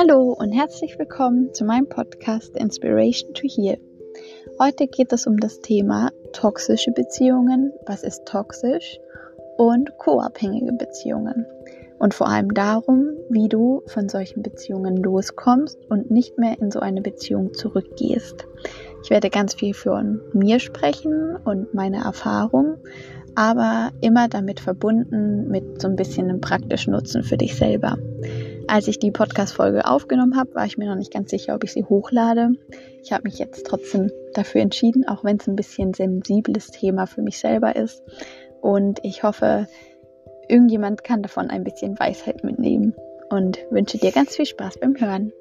Hallo und herzlich willkommen zu meinem Podcast Inspiration to Heal. Heute geht es um das Thema toxische Beziehungen, was ist toxisch, und co-abhängige Beziehungen. Und vor allem darum, wie du von solchen Beziehungen loskommst und nicht mehr in so eine Beziehung zurückgehst. Ich werde ganz viel von mir sprechen und meine Erfahrung, aber immer damit verbunden mit so ein bisschen einem praktischen Nutzen für dich selber. Als ich die Podcast-Folge aufgenommen habe, war ich mir noch nicht ganz sicher, ob ich sie hochlade. Ich habe mich jetzt trotzdem dafür entschieden, auch wenn es ein bisschen sensibles Thema für mich selber ist. Und ich hoffe, irgendjemand kann davon ein bisschen Weisheit mitnehmen und wünsche dir ganz viel Spaß beim Hören.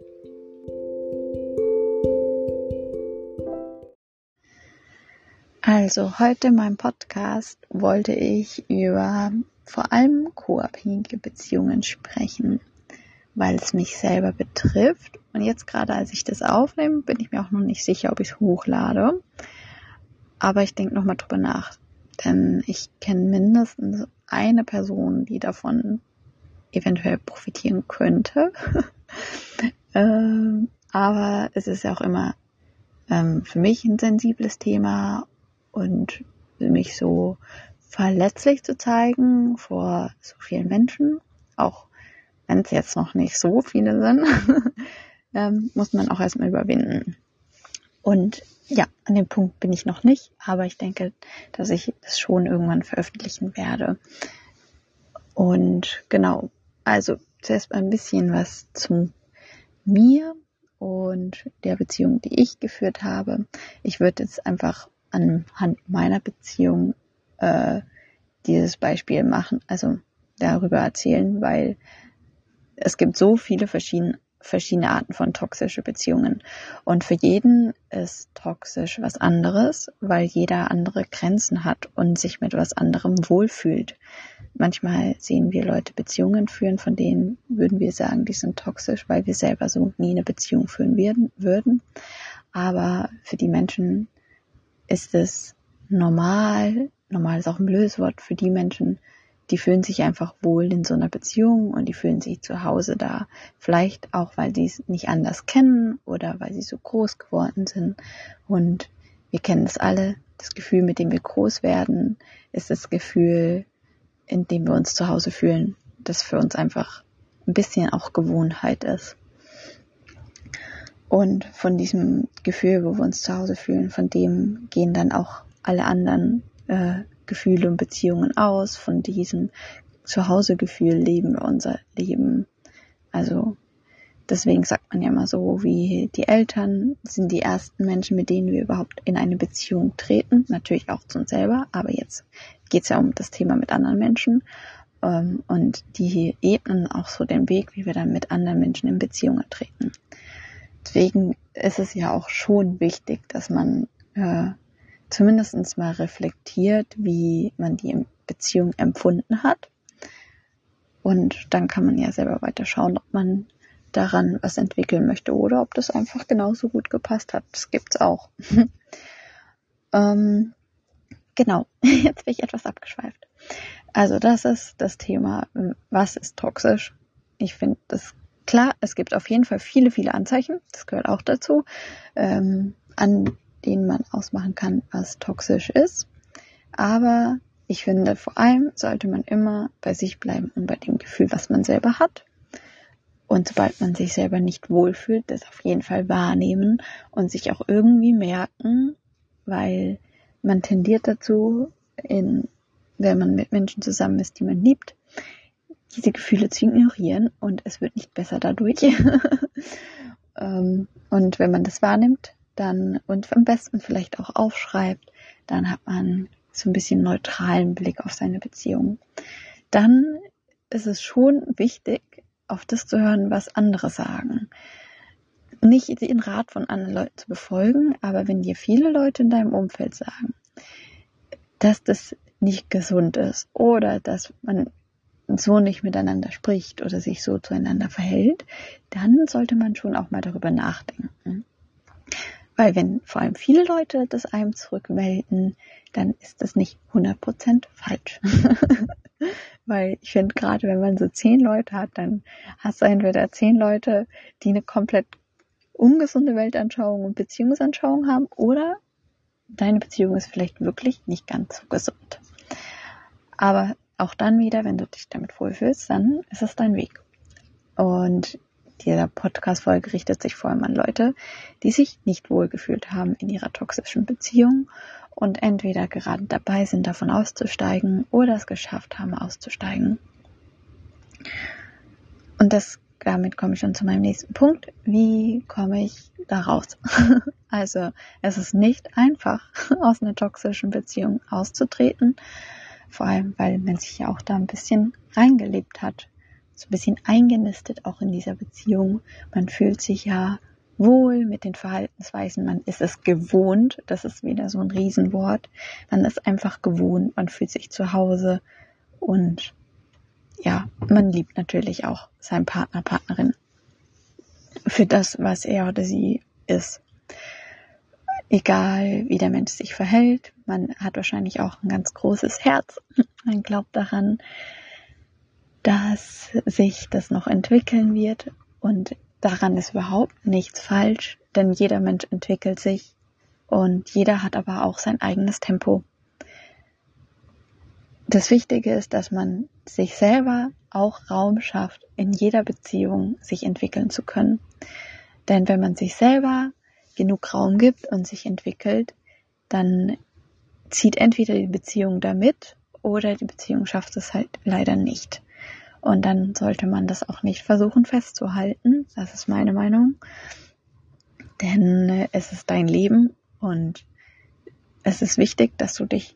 Also heute in meinem Podcast wollte ich über vor allem co-abhängige Beziehungen sprechen, weil es mich selber betrifft. Und jetzt gerade, als ich das aufnehme, bin ich mir auch noch nicht sicher, ob ich es hochlade. Aber ich denke nochmal drüber nach, denn ich kenne mindestens eine Person, die davon eventuell profitieren könnte. Aber es ist ja auch immer für mich ein sensibles Thema und für mich so verletzlich zu zeigen vor so vielen Menschen, auch wenn es jetzt noch nicht so viele sind, muss man auch erstmal überwinden. Und ja, an dem Punkt bin ich noch nicht, aber ich denke, dass ich das schon irgendwann veröffentlichen werde. Und genau, also zuerst mal ein bisschen was zu mir und der Beziehung, die ich geführt habe. Ich würde jetzt einfach anhand meiner Beziehung dieses Beispiel machen, also darüber erzählen, weil es gibt so viele verschiedene Arten von toxische Beziehungen. Und für jeden ist toxisch was anderes, weil jeder andere Grenzen hat und sich mit was anderem wohlfühlt. Manchmal sehen wir Leute Beziehungen führen, von denen würden wir sagen, die sind toxisch, weil wir selber so nie eine Beziehung führen würden. Aber für die Menschen ist es normal ist auch ein blödes Wort für die Menschen, die fühlen sich einfach wohl in so einer Beziehung und die fühlen sich zu Hause da. Vielleicht auch, weil sie es nicht anders kennen oder weil sie so groß geworden sind. Und wir kennen das alle. Das Gefühl, mit dem wir groß werden, ist das Gefühl, in dem wir uns zu Hause fühlen, das für uns einfach ein bisschen auch Gewohnheit ist. Und von diesem Gefühl, wo wir uns zu Hause fühlen, von dem gehen dann auch alle anderen Gefühle und Beziehungen aus. Von diesem Zuhausegefühl leben wir unser Leben. Also deswegen sagt man ja immer so, wie die Eltern sind die ersten Menschen, mit denen wir überhaupt in eine Beziehung treten. Natürlich auch zu uns selber, aber jetzt geht es ja um das Thema mit anderen Menschen. Und die ebnen auch so den Weg, wie wir dann mit anderen Menschen in Beziehungen treten. Deswegen ist es ja auch schon wichtig, dass man zumindest mal reflektiert, wie man die Beziehung empfunden hat. Und dann kann man ja selber weiter schauen, ob man daran was entwickeln möchte oder ob das einfach genauso gut gepasst hat. Das gibt's auch. Genau, jetzt bin ich etwas abgeschweift. Also das ist das Thema, was ist toxisch? Ich finde das klar, es gibt auf jeden Fall viele, viele Anzeichen, das gehört auch dazu, an denen man ausmachen kann, was toxisch ist. Aber ich finde, vor allem sollte man immer bei sich bleiben und bei dem Gefühl, was man selber hat. Und sobald man sich selber nicht wohlfühlt, das auf jeden Fall wahrnehmen und sich auch irgendwie merken, weil man tendiert dazu, wenn man mit Menschen zusammen ist, die man liebt, diese Gefühle zu ignorieren und es wird nicht besser dadurch. Und wenn man das wahrnimmt, dann und am besten vielleicht auch aufschreibt, dann hat man so ein bisschen neutralen Blick auf seine Beziehung. Dann ist es schon wichtig, auf das zu hören, was andere sagen. Nicht den Rat von anderen Leuten zu befolgen, aber wenn dir viele Leute in deinem Umfeld sagen, dass das nicht gesund ist oder dass man so nicht miteinander spricht oder sich so zueinander verhält, dann sollte man schon auch mal darüber nachdenken. Weil wenn vor allem viele Leute das einem zurückmelden, dann ist das nicht 100% falsch. Weil ich finde, gerade wenn man so 10 Leute hat, dann hast du entweder 10 Leute, die eine komplett ungesunde Weltanschauung und Beziehungsanschauung haben, oder deine Beziehung ist vielleicht wirklich nicht ganz so gesund. Aber auch dann wieder, wenn du dich damit wohlfühlst, dann ist es dein Weg. Und diese Podcast-Folge richtet sich vor allem an Leute, die sich nicht wohlgefühlt haben in ihrer toxischen Beziehung und entweder gerade dabei sind, davon auszusteigen oder es geschafft haben, auszusteigen. Und damit komme ich schon zu meinem nächsten Punkt. Wie komme ich da raus? Also, es ist nicht einfach, aus einer toxischen Beziehung auszutreten. Vor allem, weil man sich ja auch da ein bisschen reingelebt hat. So ein bisschen eingenistet auch in dieser Beziehung. Man fühlt sich ja wohl mit den Verhaltensweisen. Man ist es gewohnt. Das ist wieder so ein Riesenwort. Man ist einfach gewohnt. Man fühlt sich zu Hause. Und ja, man liebt natürlich auch seinen Partner, Partnerin für das, was er oder sie ist. Egal, wie der Mensch sich verhält, man hat wahrscheinlich auch ein ganz großes Herz. Man glaubt daran, dass sich das noch entwickeln wird, und daran ist überhaupt nichts falsch, denn jeder Mensch entwickelt sich und jeder hat aber auch sein eigenes Tempo. Das Wichtige ist, dass man sich selber auch Raum schafft, in jeder Beziehung sich entwickeln zu können. Denn wenn man sich selber genug Raum gibt und sich entwickelt, dann zieht entweder die Beziehung damit oder die Beziehung schafft es halt leider nicht. Und dann sollte man das auch nicht versuchen festzuhalten. Das ist meine Meinung. Denn es ist dein Leben und es ist wichtig, dass du dich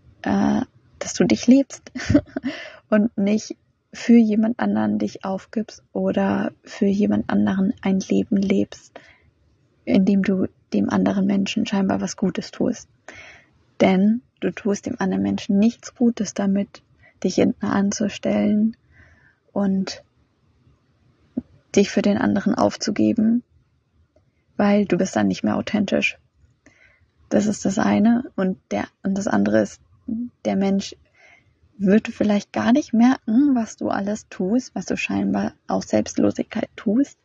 lebst und nicht für jemand anderen dich aufgibst oder für jemand anderen ein Leben lebst, indem du dem anderen Menschen scheinbar was Gutes tust. Denn du tust dem anderen Menschen nichts Gutes damit, dich hinten anzustellen und dich für den anderen aufzugeben, weil du bist dann nicht mehr authentisch. Das ist das eine. Und das andere ist, der Mensch würde vielleicht gar nicht merken, was du alles tust, was du scheinbar aus Selbstlosigkeit tust.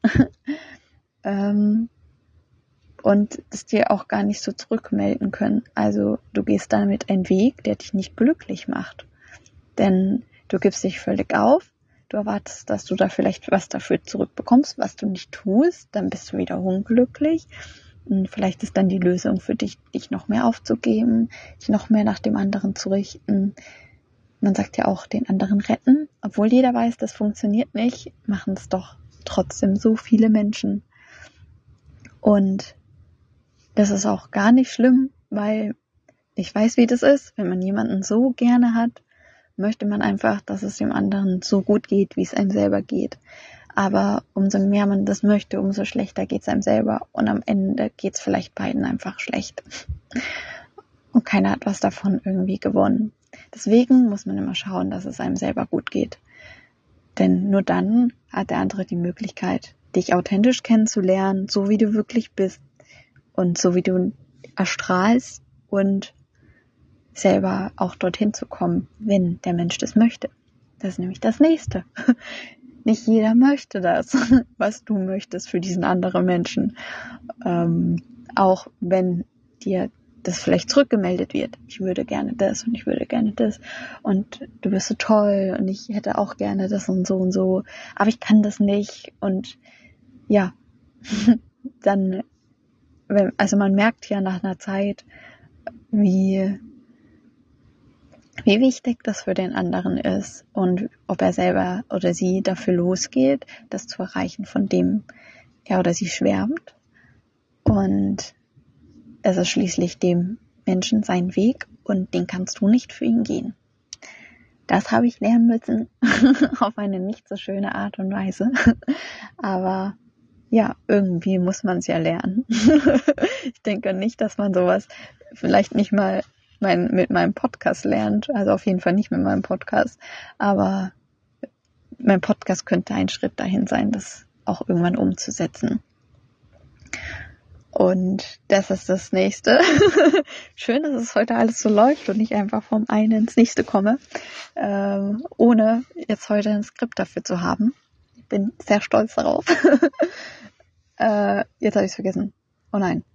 Und es dir auch gar nicht so zurückmelden können. Also du gehst damit einen Weg, der dich nicht glücklich macht. Denn du gibst dich völlig auf, du erwartest, dass du da vielleicht was dafür zurückbekommst, was du nicht tust, dann bist du wieder unglücklich. Und vielleicht ist dann die Lösung für dich, dich noch mehr aufzugeben, dich noch mehr nach dem anderen zu richten. Man sagt ja auch, den anderen retten. Obwohl jeder weiß, das funktioniert nicht, machen es doch trotzdem so viele Menschen. Und das ist auch gar nicht schlimm, weil ich weiß, wie das ist. Wenn man jemanden so gerne hat, möchte man einfach, dass es dem anderen so gut geht, wie es einem selber geht. Aber umso mehr man das möchte, umso schlechter geht es einem selber. Und am Ende geht es vielleicht beiden einfach schlecht. Und keiner hat was davon irgendwie gewonnen. Deswegen muss man immer schauen, dass es einem selber gut geht. Denn nur dann hat der andere die Möglichkeit, dich authentisch kennenzulernen, so wie du wirklich bist und so wie du erstrahlst und selber auch dorthin zu kommen, wenn der Mensch das möchte. Das ist nämlich das Nächste. Nicht jeder möchte das, was du möchtest für diesen anderen Menschen. Auch wenn dir das vielleicht zurückgemeldet wird. Ich würde gerne das und ich würde gerne das und du bist so toll und ich hätte auch gerne das und so, aber ich kann das nicht. Und ja, dann, also man merkt ja nach einer Zeit, wie wichtig das für den anderen ist und ob er selber oder sie dafür losgeht, das zu erreichen, von dem er oder sie schwärmt. Und es ist schließlich dem Menschen sein Weg und den kannst du nicht für ihn gehen. Das habe ich lernen müssen, auf eine nicht so schöne Art und Weise. Aber ja, irgendwie muss man es ja lernen. Ich denke nicht, dass man sowas vielleicht nicht mal mit meinem Podcast lernt. Also auf jeden Fall nicht mit meinem Podcast. Aber mein Podcast könnte ein Schritt dahin sein, das auch irgendwann umzusetzen. Und das ist das Nächste. Schön, dass es heute alles so läuft und ich einfach vom einen ins Nächste komme, ohne jetzt heute ein Skript dafür zu haben. Ich bin sehr stolz darauf. Jetzt habe ich es vergessen. Oh nein.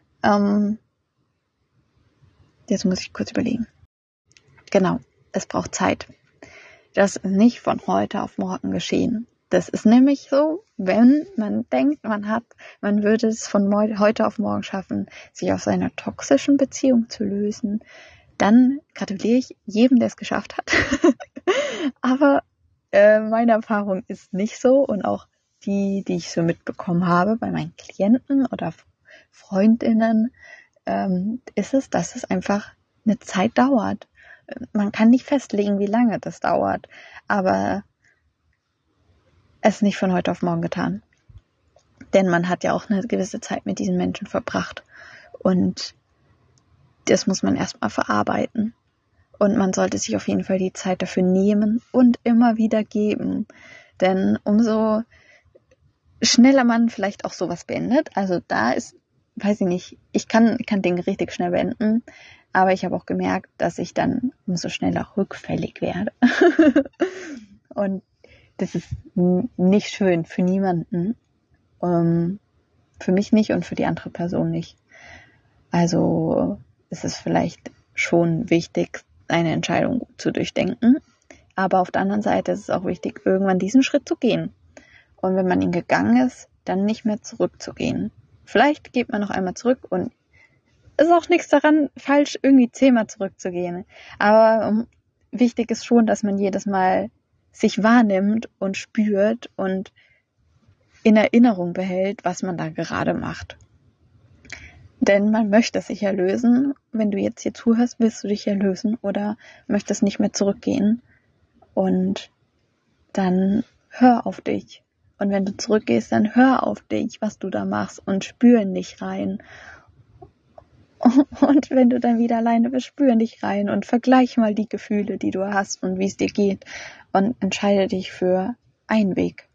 Jetzt muss ich kurz überlegen. Genau, es braucht Zeit. Das ist nicht von heute auf morgen geschehen. Das ist nämlich so, wenn man denkt, man würde es von heute auf morgen schaffen, sich aus einer toxischen Beziehung zu lösen, dann gratuliere ich jedem, der es geschafft hat. Aber meine Erfahrung ist nicht so, und auch die ich so mitbekommen habe bei meinen Klienten oder Freundinnen, ist es, dass es einfach eine Zeit dauert. Man kann nicht festlegen, wie lange das dauert, aber es ist nicht von heute auf morgen getan. Denn man hat ja auch eine gewisse Zeit mit diesen Menschen verbracht. Und das muss man erstmal verarbeiten. Und man sollte sich auf jeden Fall die Zeit dafür nehmen und immer wieder geben. Denn umso schneller man vielleicht auch sowas beendet, also da ist, weiß ich nicht, ich kann Dinge richtig schnell beenden, aber ich habe auch gemerkt, dass ich dann umso schneller rückfällig werde. Und das ist nicht schön für niemanden. Für mich nicht und für die andere Person nicht. Also ist es vielleicht schon wichtig, eine Entscheidung gut zu durchdenken. Aber auf der anderen Seite ist es auch wichtig, irgendwann diesen Schritt zu gehen. Und wenn man ihn gegangen ist, dann nicht mehr zurückzugehen. Vielleicht geht man noch einmal zurück und ist auch nichts daran falsch, irgendwie 10-mal zurückzugehen. Aber wichtig ist schon, dass man jedes Mal sich wahrnimmt und spürt und in Erinnerung behält, was man da gerade macht. Denn man möchte sich ja lösen. Wenn du jetzt hier zuhörst, willst du dich ja lösen oder möchtest nicht mehr zurückgehen. Und dann hör auf dich. Und wenn du zurückgehst, dann hör auf dich, was du da machst, und spür in dich rein. Und wenn du dann wieder alleine bist, spür in dich rein und vergleich mal die Gefühle, die du hast und wie es dir geht, und entscheide dich für einen Weg.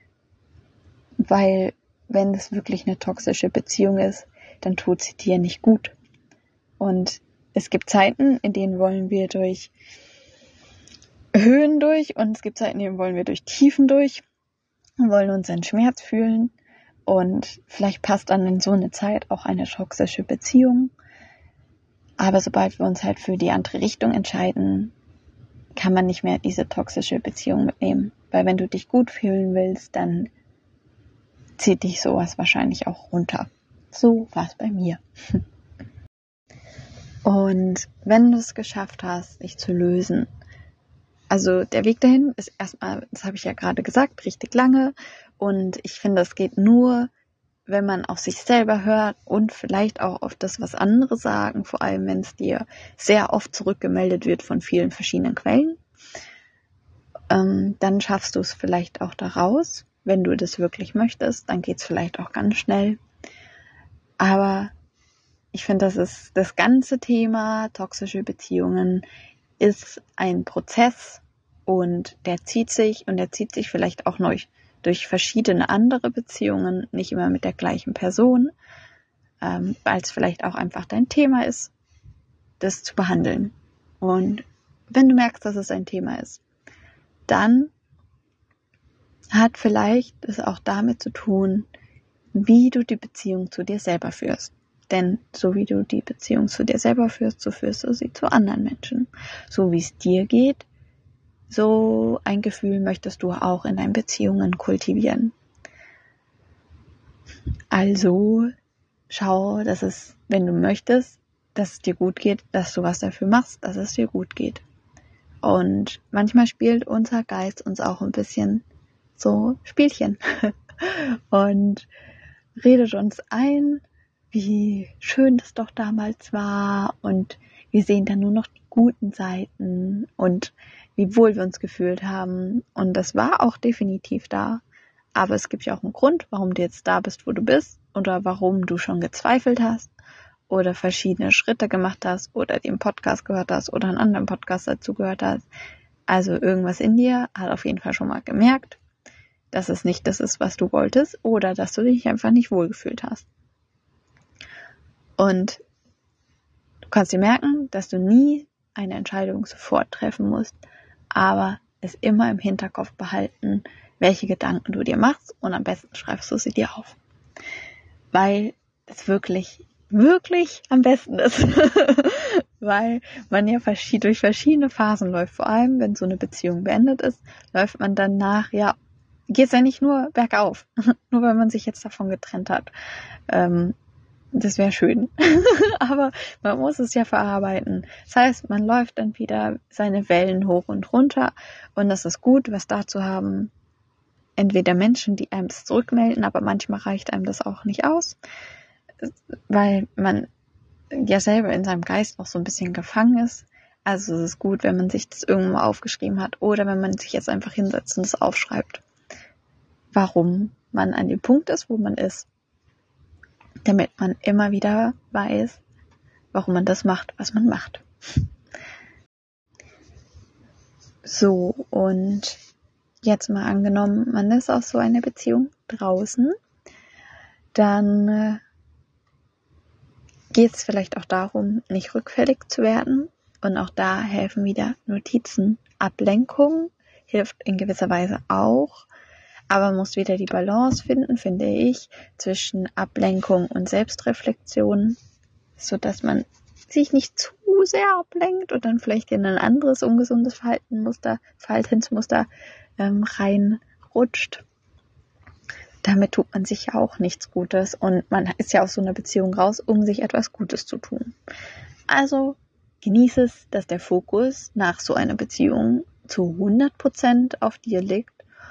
Weil wenn es wirklich eine toxische Beziehung ist, dann tut sie dir nicht gut. Und es gibt Zeiten, in denen wollen wir durch Höhen durch, und es gibt Zeiten, in denen wollen wir durch Tiefen durch und wollen unseren Schmerz fühlen. Und vielleicht passt dann in so eine Zeit auch eine toxische Beziehung. Aber sobald wir uns halt für die andere Richtung entscheiden, kann man nicht mehr diese toxische Beziehung mitnehmen. Weil wenn du dich gut fühlen willst, dann zieht dich sowas wahrscheinlich auch runter. So war es bei mir. Und wenn du es geschafft hast, dich zu lösen, also der Weg dahin ist erstmal, das habe ich ja gerade gesagt, richtig lange. Und ich finde, es geht nur, wenn man auf sich selber hört und vielleicht auch auf das, was andere sagen, vor allem wenn es dir sehr oft zurückgemeldet wird von vielen verschiedenen Quellen. Dann schaffst du es vielleicht auch da raus. Wenn du das wirklich möchtest, dann geht es vielleicht auch ganz schnell. Aber ich finde, das ganze Thema toxische Beziehungen ist ein Prozess, und der zieht sich vielleicht auch neu durch verschiedene andere Beziehungen, nicht immer mit der gleichen Person, weil es vielleicht auch einfach dein Thema ist, das zu behandeln. Und wenn du merkst, dass es ein Thema ist, dann hat vielleicht es auch damit zu tun, wie du die Beziehung zu dir selber führst. Denn so wie du die Beziehung zu dir selber führst, so führst du sie zu anderen Menschen. So wie es dir geht, so ein Gefühl möchtest du auch in deinen Beziehungen kultivieren. Also schau, dass es, wenn du möchtest, dass es dir gut geht, dass du was dafür machst, dass es dir gut geht. Und manchmal spielt unser Geist uns auch ein bisschen so Spielchen und redet uns ein, wie schön das doch damals war, und wir sehen dann nur noch die guten Seiten und wie wohl wir uns gefühlt haben. Und das war auch definitiv da. Aber es gibt ja auch einen Grund, warum du jetzt da bist, wo du bist, oder warum du schon gezweifelt hast oder verschiedene Schritte gemacht hast oder den Podcast gehört hast oder einen anderen Podcast dazu gehört hast. Also irgendwas in dir hat auf jeden Fall schon mal gemerkt, dass es nicht das ist, was du wolltest, oder dass du dich einfach nicht wohlgefühlt hast. Und du kannst dir merken, dass du nie eine Entscheidung sofort treffen musst, aber es immer im Hinterkopf behalten, welche Gedanken du dir machst, und am besten schreibst du sie dir auf. Weil es wirklich, wirklich am besten ist. Weil man ja durch verschiedene Phasen läuft. Vor allem, wenn so eine Beziehung beendet ist, läuft man danach, geht es ja nicht nur bergauf. Nur weil man sich jetzt davon getrennt hat. Das wäre schön. Aber man muss es ja verarbeiten. Das heißt, man läuft dann wieder seine Wellen hoch und runter. Und das ist gut, was da zu haben. Entweder Menschen, die einem das zurückmelden, aber manchmal reicht einem das auch nicht aus. Weil man ja selber in seinem Geist noch so ein bisschen gefangen ist. Also es ist gut, wenn man sich das irgendwann mal aufgeschrieben hat oder wenn man sich jetzt einfach hinsetzt und das aufschreibt, warum man an dem Punkt ist, wo man ist, damit man immer wieder weiß, warum man das macht, was man macht. So, und jetzt mal angenommen, man ist aus so einer Beziehung draußen, dann geht es vielleicht auch darum, nicht rückfällig zu werden. Und auch da helfen wieder Notizen. Ablenkung hilft in gewisser Weise auch, aber man muss wieder die Balance finden, finde ich, zwischen Ablenkung und Selbstreflexion, sodass man sich nicht zu sehr ablenkt und dann vielleicht in ein anderes ungesundes Verhaltensmuster reinrutscht. Damit tut man sich ja auch nichts Gutes und man ist ja aus so einer Beziehung raus, um sich etwas Gutes zu tun. Also genieße es, dass der Fokus nach so einer Beziehung zu 100% auf dir liegt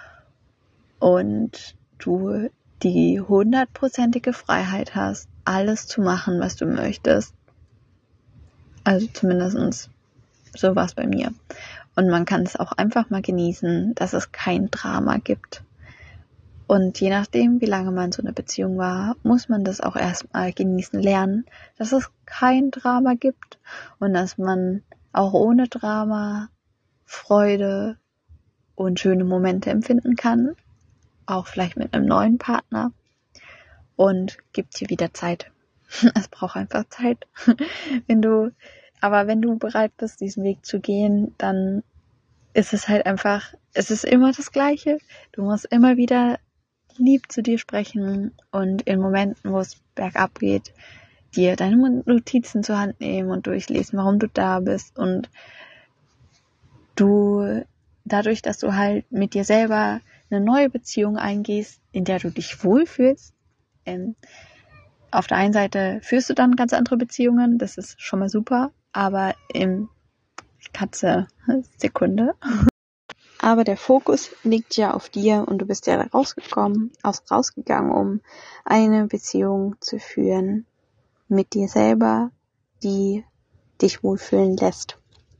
und du die 100%ige Freiheit hast, alles zu machen, was du möchtest. Also zumindest so war es bei mir. Und man kann es auch einfach mal genießen, dass es kein Drama gibt. Und je nachdem, wie lange man in so einer Beziehung war, muss man das auch erstmal genießen lernen, dass es kein Drama gibt und dass man auch ohne Drama Freude und schöne Momente empfinden kann, auch vielleicht mit einem neuen Partner, und gibt dir wieder Zeit. Es braucht einfach Zeit. Wenn du bereit bist, diesen Weg zu gehen, dann ist es halt einfach, es ist immer das Gleiche. Du musst immer wieder lieb zu dir sprechen und in Momenten, wo es bergab geht, dir deine Notizen zur Hand nehmen und durchlesen, warum du da bist. Und du, dadurch, dass du halt mit dir selber eine neue Beziehung eingehst, in der du dich wohlfühlst, auf der einen Seite führst du dann ganz andere Beziehungen, das ist schon mal super, aber Sekunde. Aber der Fokus liegt ja auf dir und du bist ja rausgegangen, um eine Beziehung zu führen mit dir selber, die dich wohlfühlen lässt.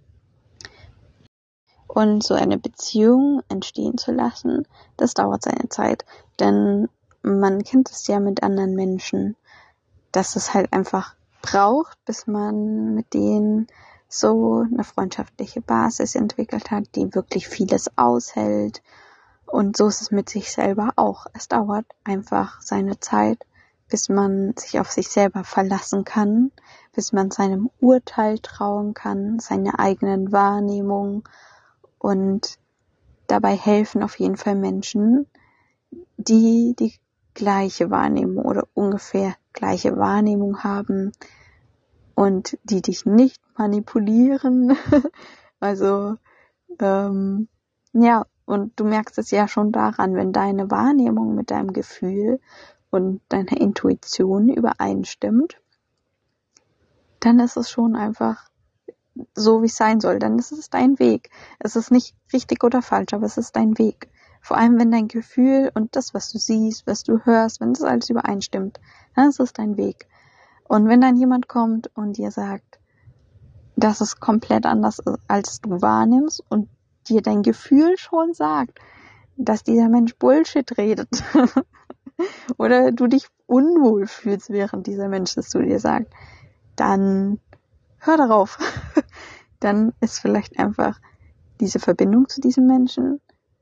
Und so eine Beziehung entstehen zu lassen, das dauert seine Zeit, denn man kennt es ja mit anderen Menschen, dass es halt einfach braucht, bis man mit denen so eine freundschaftliche Basis entwickelt hat, die wirklich vieles aushält. Und so ist es mit sich selber auch. Es dauert einfach seine Zeit, bis man sich auf sich selber verlassen kann, bis man seinem Urteil trauen kann, seiner eigenen Wahrnehmung. Und dabei helfen auf jeden Fall Menschen, die die gleiche Wahrnehmung oder ungefähr gleiche Wahrnehmung haben und die dich nicht manipulieren. Also, und du merkst es ja schon daran, wenn deine Wahrnehmung mit deinem Gefühl und deiner Intuition übereinstimmt, dann ist es schon einfach so, wie es sein soll. Dann ist es dein Weg. Es ist nicht richtig oder falsch, aber es ist dein Weg. Vor allem, wenn dein Gefühl und das, was du siehst, was du hörst, wenn das alles übereinstimmt, dann ist es dein Weg. Und wenn dann jemand kommt und dir sagt, dass es komplett anders ist, als du wahrnimmst und dir dein Gefühl schon sagt, dass dieser Mensch Bullshit redet oder du dich unwohl fühlst, während dieser Mensch das zu dir sagt, dann hör darauf. Dann ist vielleicht einfach diese Verbindung zu diesem Menschen,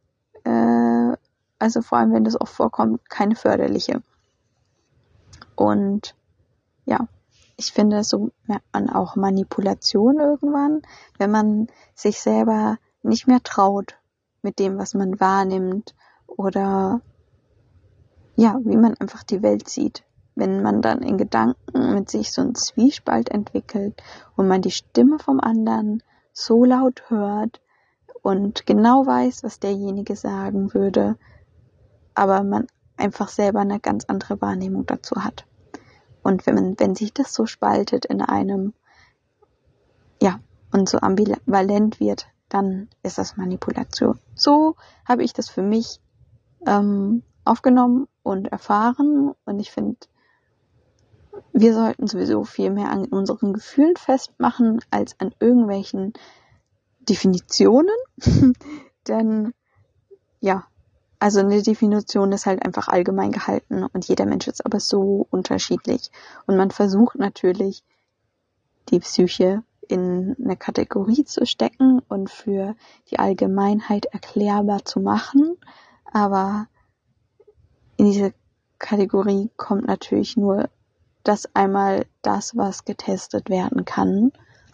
also vor allem, wenn das oft vorkommt, keine förderliche. Und ja, ich finde, so merkt man auch Manipulation irgendwann, wenn man sich selber nicht mehr traut mit dem, was man wahrnimmt oder ja, wie man einfach die Welt sieht. Wenn man dann in Gedanken mit sich so einen Zwiespalt entwickelt und man die Stimme vom anderen so laut hört und genau weiß, was derjenige sagen würde, aber man einfach selber eine ganz andere Wahrnehmung dazu hat. Und wenn sich das so spaltet in einem, ja, und so ambivalent wird, dann ist das Manipulation. So habe ich das für mich aufgenommen und erfahren. Und ich finde, wir sollten sowieso viel mehr an unseren Gefühlen festmachen, als an irgendwelchen Definitionen. Denn, ja, also eine Definition ist halt einfach allgemein gehalten und jeder Mensch ist aber so unterschiedlich. Und man versucht natürlich, die Psyche in eine Kategorie zu stecken und für die Allgemeinheit erklärbar zu machen. Aber in diese Kategorie kommt natürlich nur das, was getestet werden kann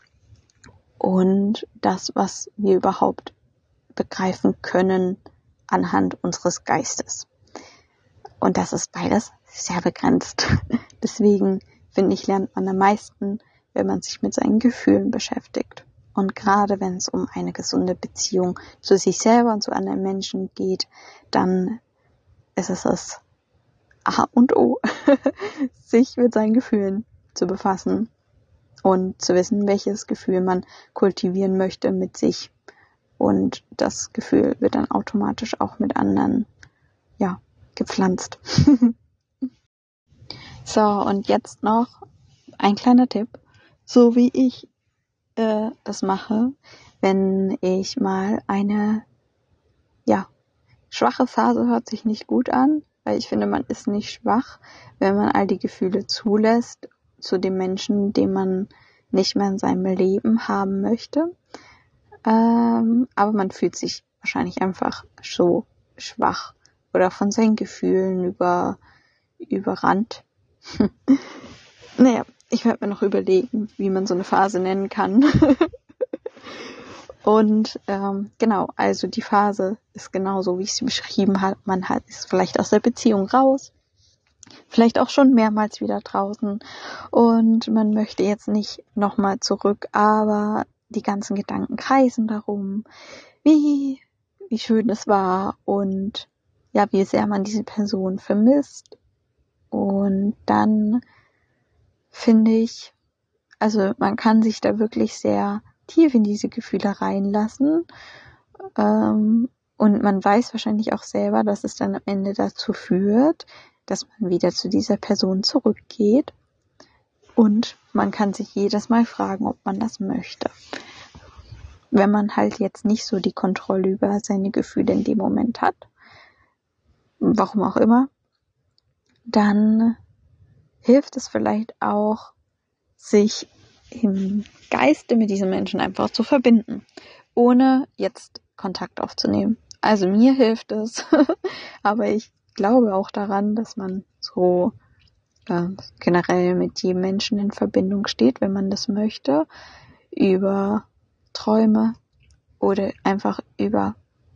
und das, was wir überhaupt begreifen können anhand unseres Geistes. Und das ist beides sehr begrenzt. Deswegen, finde ich, lernt man am meisten, wenn man sich mit seinen Gefühlen beschäftigt. Und gerade wenn es um eine gesunde Beziehung zu sich selber und zu anderen Menschen geht, dann ist es das A und O, sich mit seinen Gefühlen zu befassen und zu wissen, welches Gefühl man kultivieren möchte mit sich. Und das Gefühl wird dann automatisch auch mit anderen, ja, gepflanzt. So, und jetzt noch ein kleiner Tipp, so wie ich das mache, wenn ich mal eine, ja, schwache Phase hört sich nicht gut an, weil ich finde, man ist nicht schwach, wenn man all die Gefühle zulässt zu dem Menschen, den man nicht mehr in seinem Leben haben möchte. Aber man fühlt sich wahrscheinlich einfach so schwach oder von seinen Gefühlen überrannt. Naja, ich werde mir noch überlegen, wie man so eine Phase nennen kann. Und genau, also die Phase ist genauso, wie ich sie beschrieben habe. Man ist vielleicht aus der Beziehung raus, vielleicht auch schon mehrmals wieder draußen und man möchte jetzt nicht nochmal zurück, aber die ganzen Gedanken kreisen darum, wie schön es war und ja, wie sehr man diese Person vermisst. Und dann finde ich, also man kann sich da wirklich sehr tief in diese Gefühle reinlassen. Und man weiß wahrscheinlich auch selber, dass es dann am Ende dazu führt, dass man wieder zu dieser Person zurückgeht. Und man kann sich jedes Mal fragen, ob man das möchte. Wenn man halt jetzt nicht so die Kontrolle über seine Gefühle in dem Moment hat, warum auch immer, dann hilft es vielleicht auch, sich im Geiste mit diesem Menschen einfach zu verbinden, ohne jetzt Kontakt aufzunehmen. Also mir hilft es, aber ich glaube auch daran, dass man so generell mit jedem Menschen in Verbindung steht, wenn man das möchte, über Träume oder einfach übers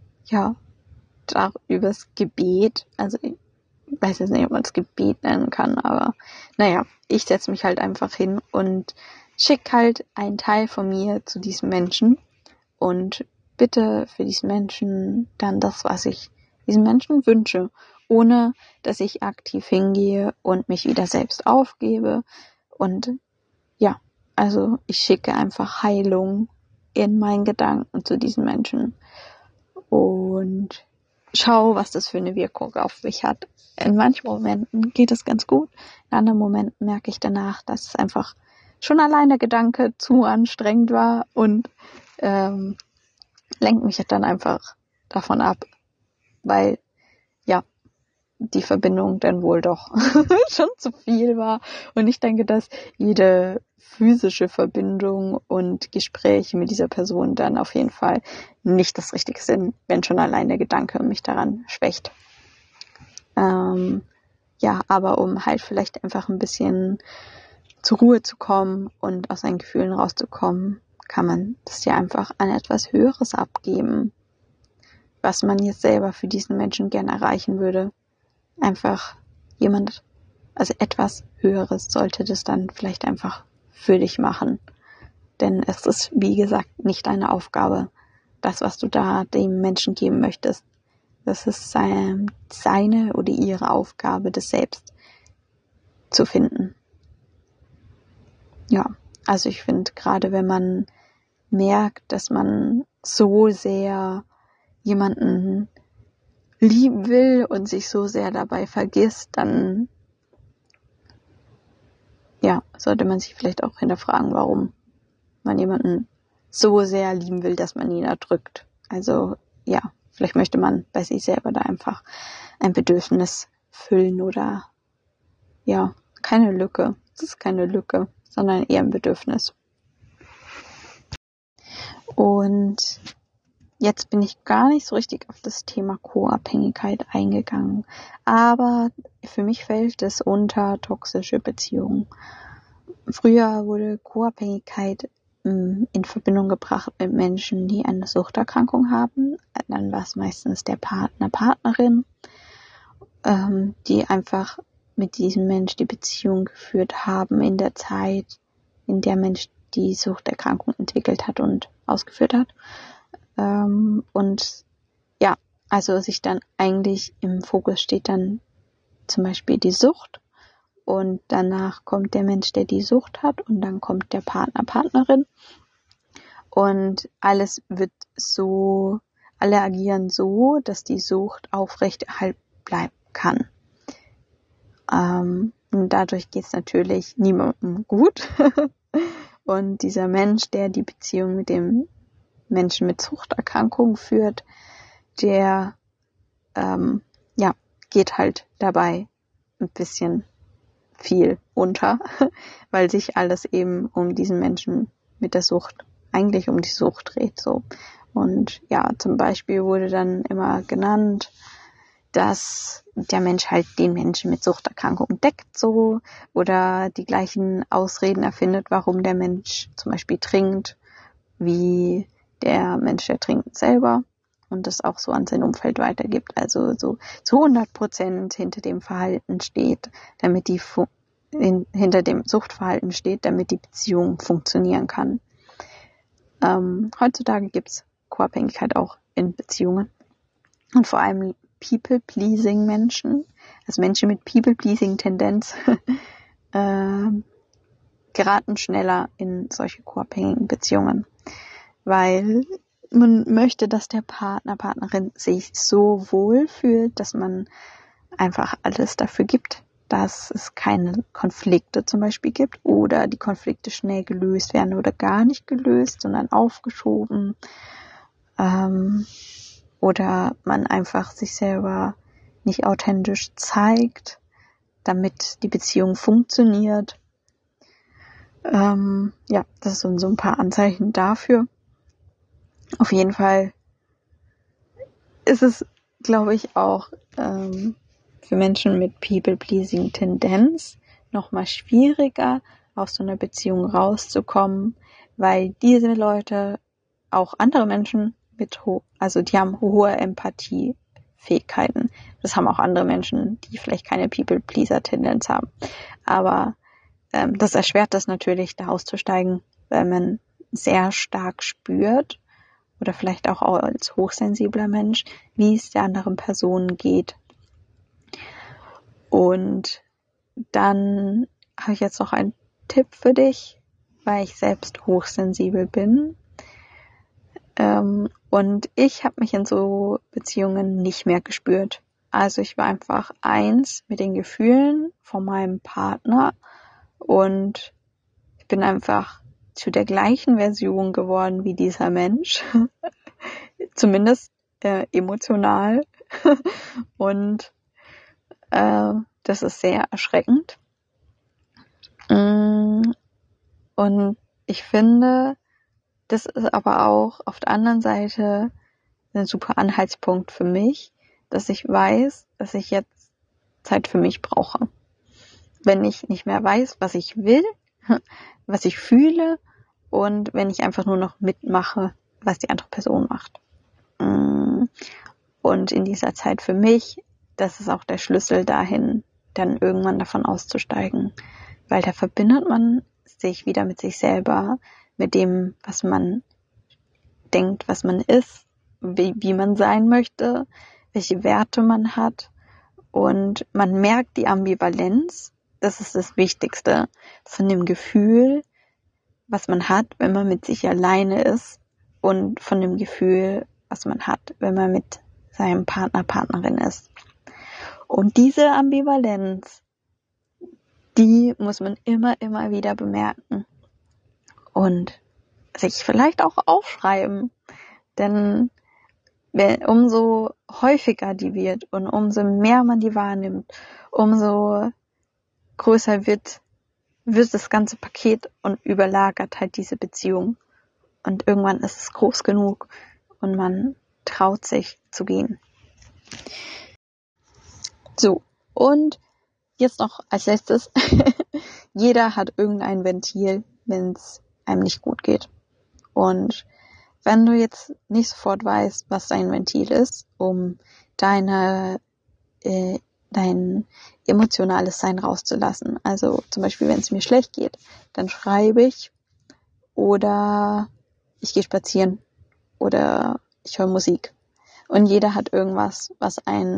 Gebet. Also ich weiß jetzt nicht, ob man es Gebet nennen kann, aber naja, ich setze mich halt einfach hin und schicke halt einen Teil von mir zu diesem Menschen und bitte für diesen Menschen dann das, was ich diesem Menschen wünsche, ohne dass ich aktiv hingehe und mich wieder selbst aufgebe. Und ja, also ich schicke einfach Heilung in meinen Gedanken zu diesen Menschen und schau, was das für eine Wirkung auf mich hat. In manchen Momenten geht es ganz gut, in anderen Momenten merke ich danach, dass es einfach schon allein der Gedanke zu anstrengend war und lenkt mich dann einfach davon ab, weil ja, die Verbindung dann wohl doch schon zu viel war. Und ich denke, dass jede physische Verbindung und Gespräche mit dieser Person dann auf jeden Fall nicht das Richtige sind, wenn schon allein der Gedanke mich daran schwächt. Ja, aber um halt vielleicht einfach ein bisschen zur Ruhe zu kommen und aus seinen Gefühlen rauszukommen, kann man das ja einfach an etwas Höheres abgeben, was man jetzt selber für diesen Menschen gerne erreichen würde. Einfach etwas Höheres sollte das dann vielleicht einfach für dich machen. Denn es ist, wie gesagt, nicht deine Aufgabe, das, was du da dem Menschen geben möchtest. Das ist seine oder ihre Aufgabe, das selbst zu finden. Ja, also ich finde, gerade wenn man merkt, dass man so sehr jemanden lieben will und sich so sehr dabei vergisst, dann sollte man sich vielleicht auch hinterfragen, warum man jemanden so sehr lieben will, dass man ihn erdrückt. Also vielleicht möchte man bei sich selber da einfach ein Bedürfnis füllen oder keine Lücke. Das ist keine Lücke, sondern eher ein Bedürfnis. Und jetzt bin ich gar nicht so richtig auf das Thema Co-Abhängigkeit eingegangen. Aber für mich fällt es unter toxische Beziehungen. Früher wurde Co-Abhängigkeit in Verbindung gebracht mit Menschen, die eine Suchterkrankung haben. Dann war es meistens der Partner, Partnerin, die einfach mit diesem Mensch die Beziehung geführt haben in der Zeit, in der Mensch die Suchterkrankung entwickelt hat und ausgeführt hat. Also sich dann eigentlich im Fokus steht dann zum Beispiel die Sucht und danach kommt der Mensch, der die Sucht hat und dann kommt der Partner, Partnerin und alle agieren so, dass die Sucht aufrechterhalten bleiben kann. Und dadurch geht es natürlich niemandem gut und dieser Mensch, der die Beziehung mit dem Menschen mit Suchterkrankung führt, der geht halt dabei ein bisschen viel unter, weil sich alles eben um diesen Menschen mit der Sucht, eigentlich um die Sucht dreht. So. Und zum Beispiel wurde dann immer genannt, dass der Mensch halt den Menschen mit Suchterkrankung deckt so oder die gleichen Ausreden erfindet, warum der Mensch zum Beispiel trinkt, wie der Mensch, der trinkt selber und das auch so an sein Umfeld weitergibt. Also so zu 100% hinter dem Verhalten steht, damit hinter dem Suchtverhalten steht, damit die Beziehung funktionieren kann. Heutzutage gibt's Co-Abhängigkeit auch in Beziehungen und vor allem People-Pleasing-Menschen, also Menschen mit People-Pleasing-Tendenz, geraten schneller in solche co-abhängigen Beziehungen, weil man möchte, dass der Partner, Partnerin sich so wohl fühlt, dass man einfach alles dafür gibt, dass es keine Konflikte zum Beispiel gibt oder die Konflikte schnell gelöst werden oder gar nicht gelöst, sondern aufgeschoben. Oder man einfach sich selber nicht authentisch zeigt, damit die Beziehung funktioniert. Das sind so ein paar Anzeichen dafür. Auf jeden Fall ist es, glaube ich, auch für Menschen mit People-Pleasing-Tendenz nochmal schwieriger, aus so einer Beziehung rauszukommen, weil diese Leute auch andere Menschen die haben hohe Empathiefähigkeiten. Das haben auch andere Menschen, die vielleicht keine People-Pleaser-Tendenz haben. Aber das erschwert das natürlich, da auszusteigen, weil man sehr stark spürt oder vielleicht auch als hochsensibler Mensch, wie es der anderen Person geht. Und dann habe ich jetzt noch einen Tipp für dich, weil ich selbst hochsensibel bin. Und ich habe mich in so Beziehungen nicht mehr gespürt. Also ich war einfach eins mit den Gefühlen von meinem Partner und ich bin einfach zu der gleichen Version geworden wie dieser Mensch. Zumindest emotional. Und das ist sehr erschreckend. Und ich finde, das ist aber auch auf der anderen Seite ein super Anhaltspunkt für mich, dass ich weiß, dass ich jetzt Zeit für mich brauche. Wenn ich nicht mehr weiß, was ich will was ich fühle und wenn ich einfach nur noch mitmache, was die andere Person macht. Und in dieser Zeit für mich, das ist auch der Schlüssel dahin, dann irgendwann davon auszusteigen. Weil da verbindet man sich wieder mit sich selber, mit dem, was man denkt, was man ist, wie man sein möchte, welche Werte man hat. Und man merkt die Ambivalenz, das ist das Wichtigste, von dem Gefühl, was man hat, wenn man mit sich alleine ist und von dem Gefühl, was man hat, wenn man mit seinem Partner, Partnerin ist. Und diese Ambivalenz, die muss man immer wieder bemerken und sich vielleicht auch aufschreiben, denn umso häufiger die wird und umso mehr man die wahrnimmt, umso größer wird das ganze Paket und überlagert halt diese Beziehung. Und irgendwann ist es groß genug und man traut sich zu gehen. So, und jetzt noch als letztes, jeder hat irgendein Ventil, wenn es einem nicht gut geht. Und wenn du jetzt nicht sofort weißt, was dein Ventil ist, um dein emotionales Sein rauszulassen. Also zum Beispiel, wenn es mir schlecht geht, dann schreibe ich oder ich gehe spazieren oder ich höre Musik. Und jeder hat irgendwas, was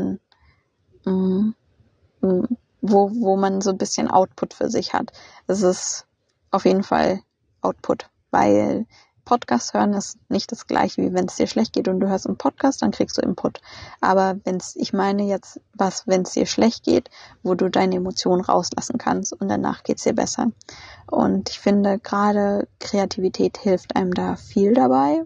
wo man so ein bisschen Output für sich hat. Das ist auf jeden Fall Output, weil Podcast hören ist nicht das gleiche, wie wenn es dir schlecht geht und du hörst einen Podcast, dann kriegst du Input. Aber wenn es dir schlecht geht, wo du deine Emotionen rauslassen kannst und danach geht's dir besser. Und ich finde, gerade Kreativität hilft einem da viel dabei.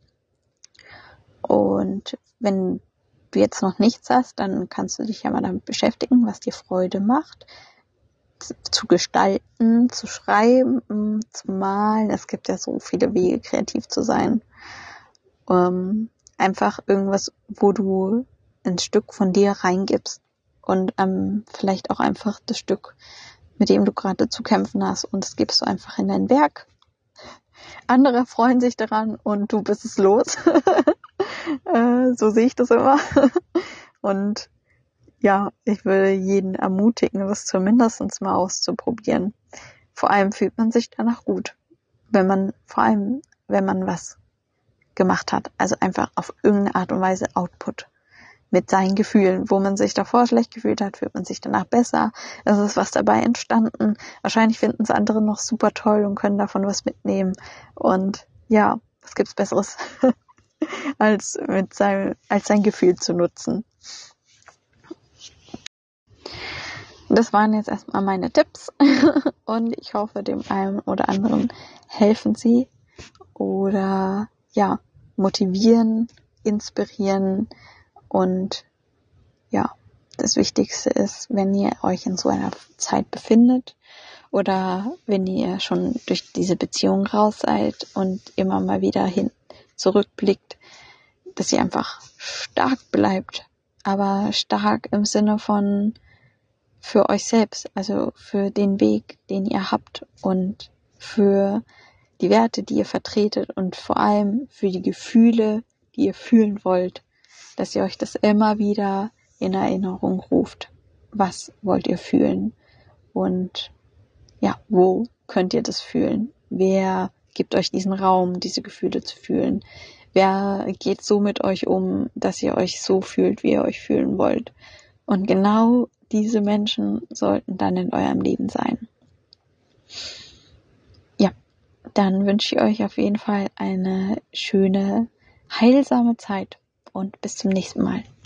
Und wenn du jetzt noch nichts hast, dann kannst du dich ja mal damit beschäftigen, was dir Freude macht. Zu gestalten, zu schreiben, zu malen. Es gibt ja so viele Wege, kreativ zu sein. Einfach irgendwas, wo du ein Stück von dir reingibst und vielleicht auch einfach das Stück, mit dem du gerade zu kämpfen hast, und das gibst du einfach in dein Werk. Andere freuen sich daran und du bist es los. So sehe ich das immer. Und ja, ich würde jeden ermutigen, das zumindest mal auszuprobieren. Vor allem fühlt man sich danach gut, wenn man was gemacht hat. Also einfach auf irgendeine Art und Weise Output mit seinen Gefühlen. Wo man sich davor schlecht gefühlt hat, fühlt man sich danach besser. Es ist was dabei entstanden. Wahrscheinlich finden es andere noch super toll und können davon was mitnehmen. Und ja, was gibt's Besseres, als sein Gefühl zu nutzen. Das waren jetzt erstmal meine Tipps und ich hoffe, dem einen oder anderen helfen sie oder ja, motivieren, inspirieren. Und ja, das Wichtigste ist, wenn ihr euch in so einer Zeit befindet oder wenn ihr schon durch diese Beziehung raus seid und immer mal wieder zurückblickt, dass ihr einfach stark bleibt, aber stark im Sinne von für euch selbst, also für den Weg, den ihr habt und für die Werte, die ihr vertretet und vor allem für die Gefühle, die ihr fühlen wollt, dass ihr euch das immer wieder in Erinnerung ruft. Was wollt ihr fühlen? Und ja, wo könnt ihr das fühlen? Wer gibt euch diesen Raum, diese Gefühle zu fühlen? Wer geht so mit euch um, dass ihr euch so fühlt, wie ihr euch fühlen wollt? Und genau diese Menschen sollten dann in eurem Leben sein. Ja, dann wünsche ich euch auf jeden Fall eine schöne, heilsame Zeit und bis zum nächsten Mal.